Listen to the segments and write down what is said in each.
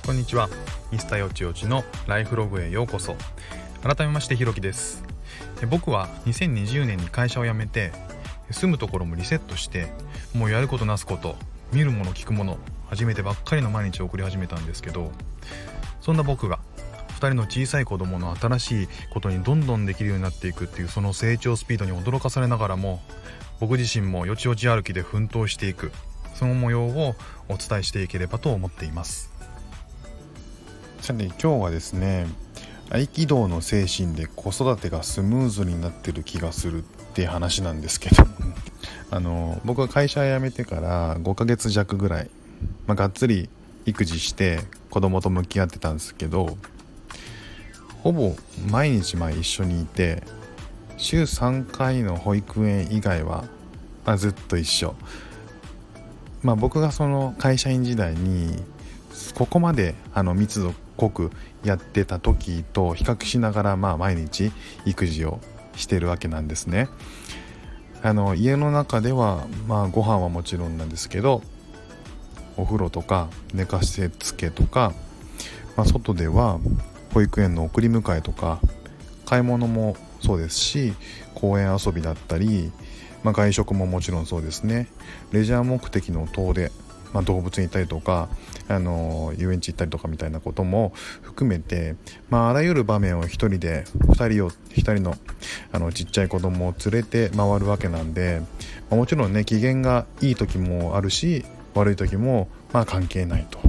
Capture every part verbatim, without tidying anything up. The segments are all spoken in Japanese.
こんにちは。ミスターよちよちのライフログへようこそ。改めましてひろきです。僕はにせんにじゅうねんに会社を辞めて、住むところもリセットして、もうやることなすこと、見るもの聞くもの初めてばっかりの毎日を送り始めたんですけど、そんな僕がふたりの小さい子供の新しいことにどんどんできるようになっていくっていう、その成長スピードに驚かされながらも、僕自身もよちよち歩きで奮闘していく、その模様をお伝えしていければと思っています。 さて今日はですね、合気道の精神で子育てがスムーズになってる気がするっていう話なんですけどあの僕は会社辞めてからごかげつじゃくぐらい、まあ、がっつり育児して子供と向き合ってたんですけど、ほぼ毎日前一緒にいて、週さんかいの保育園以外は、まあ、ずっと一緒。まあ僕がその会社員時代にここまであの密度濃くやってた時と比較しながら、まあ毎日育児をしてるわけなんですね。あの家の中ではまあご飯はもちろんなんですけど、お風呂とか寝かせつけとか、まあ、外では保育園の送り迎えとか買い物もそうですし、公園遊びだったり、まあ、外食ももちろんそうですね。レジャー目的の遠出、まあ、動物に行ったりとか、あの遊園地行ったりとかみたいなことも含めて、まあ、あらゆる場面を一人で二人を一人のあのちっちゃい子供を連れて回るわけなんで、まあ、もちろんね、機嫌がいい時もあるし悪い時もまあ関係ないと。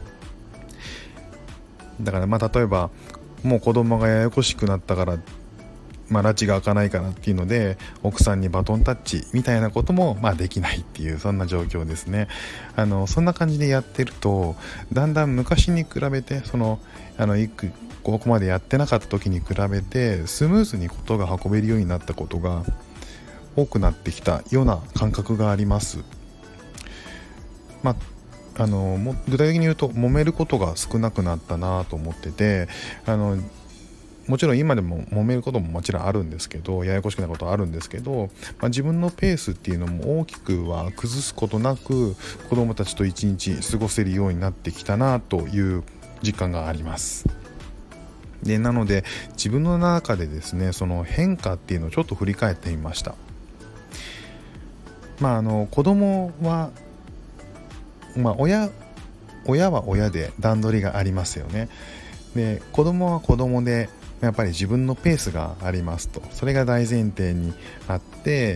だからまあ例えばもう子供がややこしくなったから、まあ、拉致が開かないからっていうので奥さんにバトンタッチみたいなこともまあできないっていう、そんな状況ですね。あのそんな感じでやってると、だんだん昔に比べてそのあの育ここまでやってなかった時に比べてスムーズにことが運べるようになったことが多くなってきたような感覚があります。まああのも具体的に言うと揉めることが少なくなったなと思ってて、あのもちろん今でも揉めることももちろんあるんですけど、ややこしくなることはあるんですけど、まあ、自分のペースっていうのも大きくは崩すことなく子どもたちと一日過ごせるようになってきたなという実感があります。でなので自分の中でですね、その変化っていうのをちょっと振り返ってみました。まああの子供はまあ親親は親で段取りがありますよね。で子供は子供でやっぱり自分のペースがありますと、それが大前提にあって、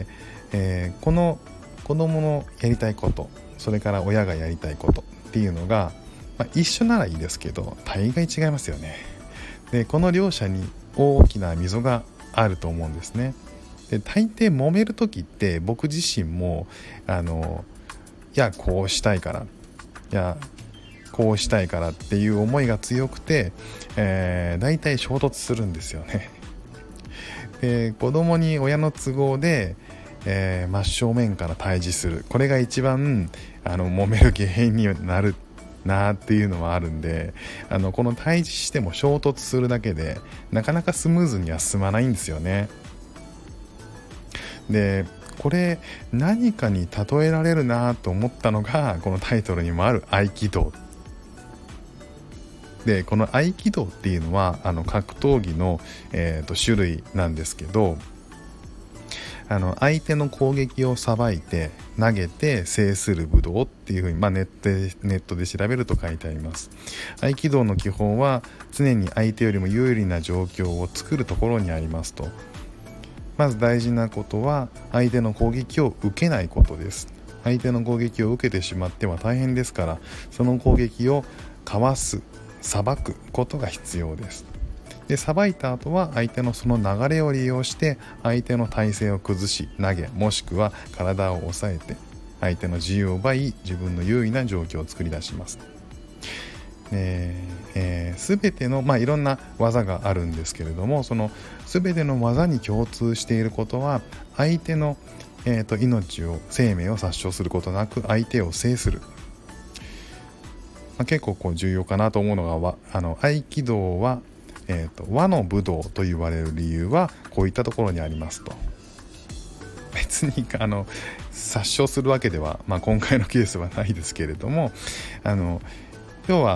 えー、この子供のやりたいこと、それから親がやりたいことっていうのが、まあ、一緒ならいいですけど大概違いますよね。でこの両者に大きな溝があると思うんですね。で大抵揉める時って僕自身もあのいやこうしたいから、いやこうしたいからっていう思いが強くて、えー、大体衝突するんですよね。で子供に親の都合で、えー、真正面から対峙する、これが一番あの揉める原因になるなっていうのはあるんで、あのこの対峙しても衝突するだけでなかなかスムーズには進まないんですよね。でこれ何かに例えられるなと思ったのが、このタイトルにもある合気道で、この合気道っていうのはあの格闘技の、えー、と種類なんですけど、あの相手の攻撃をさばいて投げて制する武道っていうふうに、まあ、ネットで、ネットで調べると書いてあります。合気道の基本は常に相手よりも有利な状況を作るところにありますと。まず大事なことは相手の攻撃を受けないことです。相手の攻撃を受けてしまっては大変ですから、その攻撃をかわす、さばくことが必要です。で、さばいた後は相手のその流れを利用して相手の体勢を崩し投げ、もしくは体を押さえて相手の自由を奪い自分の優位な状況を作り出します。えーえー、全ての、まあ、いろんな技があるんですけれども、その全ての技に共通していることは相手の、えー、と命を生命を殺傷することなく相手を制する、まあ、結構こう重要かなと思うのが、あの合気道は、えー、と和の武道と言われる理由はこういったところにありますと。別にあの殺傷するわけでは、まあ、今回のケースはないですけれども、あの要は、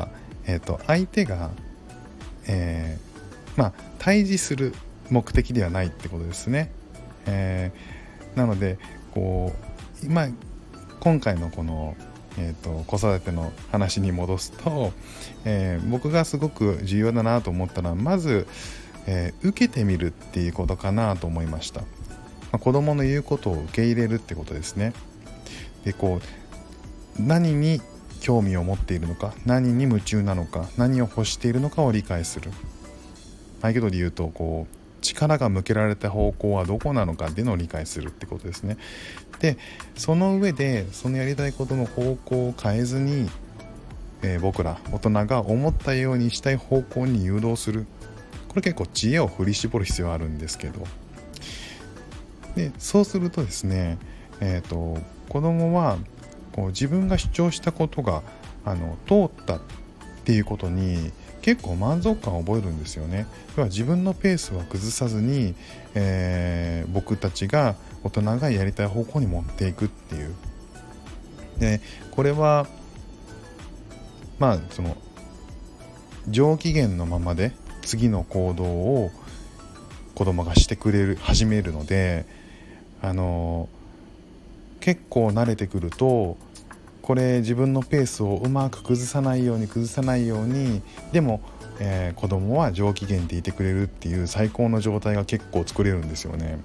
えーと、相手が、えー、まあ対峙する目的ではないってことですね。えー、なのでこう、まあ、今回のこの、えーと、子育ての話に戻すと、えー、僕がすごく重要だなと思ったのはまず、えー、受けてみるっていうことかなと思いました。まあ、子供の言うことを受け入れるってことですね。でこう何に興味を持っているのか、何に夢中なのか、何を欲しているのかを理解する。合気道で言うとこう力が向けられた方向はどこなのかっていうのを理解するってことですね。でその上でそのやりたいことの方向を変えずに、えー、僕ら大人が思ったようにしたい方向に誘導する。これ結構知恵を振り絞る必要があるんですけど、でそうするとですね、えーと、子供はこう自分が主張したことがあの通ったっていうことに結構満足感を覚えるんですよね。要は自分のペースは崩さずに、えー、僕たちが大人がやりたい方向に持っていくっていう。でこれはまあその上機嫌のままで次の行動を子供がしてくれる始めるので、あの結構慣れてくるとこれ自分のペースをうまく崩さないように崩さないようにでも、えー、子供は上機嫌でいてくれるっていう最高の状態が結構作れるんですよね。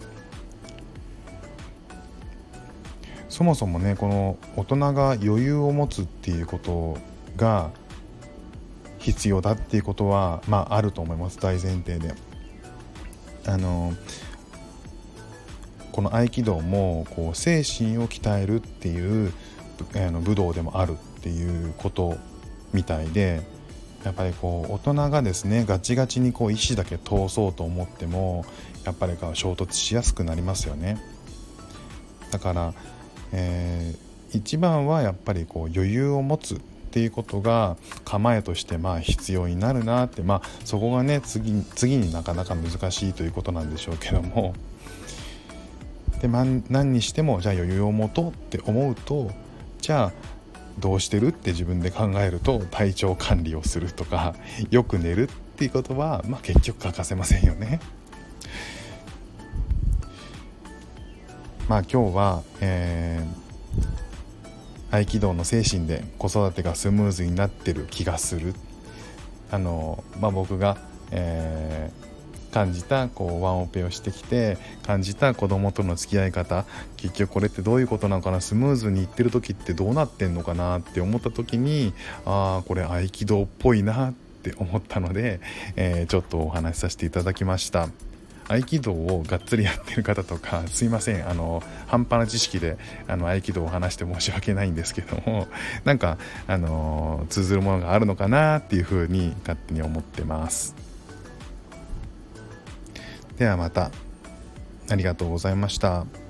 そもそもねこの大人が余裕を持つっていうことが必要だっていうことはまああると思います。大前提であのこの合気道もこう精神を鍛えるっていうあの武道でもあるっていうことみたいで、やっぱりこう大人がですねガチガチにこう意志だけ通そうと思ってもやっぱり衝突しやすくなりますよね。だから、えー、一番はやっぱりこう余裕を持つっていうことが構えとしてまあ必要になるなって、まあそこがね次、次になかなか難しいということなんでしょうけども、で、まあ、何にしてもじゃあ余裕を持とうって思うと、じゃあどうしてるって自分で考えると体調管理をするとかよく寝るっていうことは、まあ、結局欠かせませんよね。まあ今日は、えー、合気道の精神で子育てがスムーズになってる気がする。あの、まあ、僕が、えー、感じたこうワンオペをしてきて感じた子供との付き合い方、結局これってどういうことなのかな、スムーズにいってる時ってどうなってんのかなって思った時に、ああこれ合気道っぽいなって思ったので、えー、ちょっとお話しさせていただきました。合気道をがっつりやってる方とかすいません、あの半端な知識であの合気道を話して申し訳ないんですけども、なんかあの通ずるものがあるのかなっていうふうに勝手に思ってます。ではまた、ありがとうございました。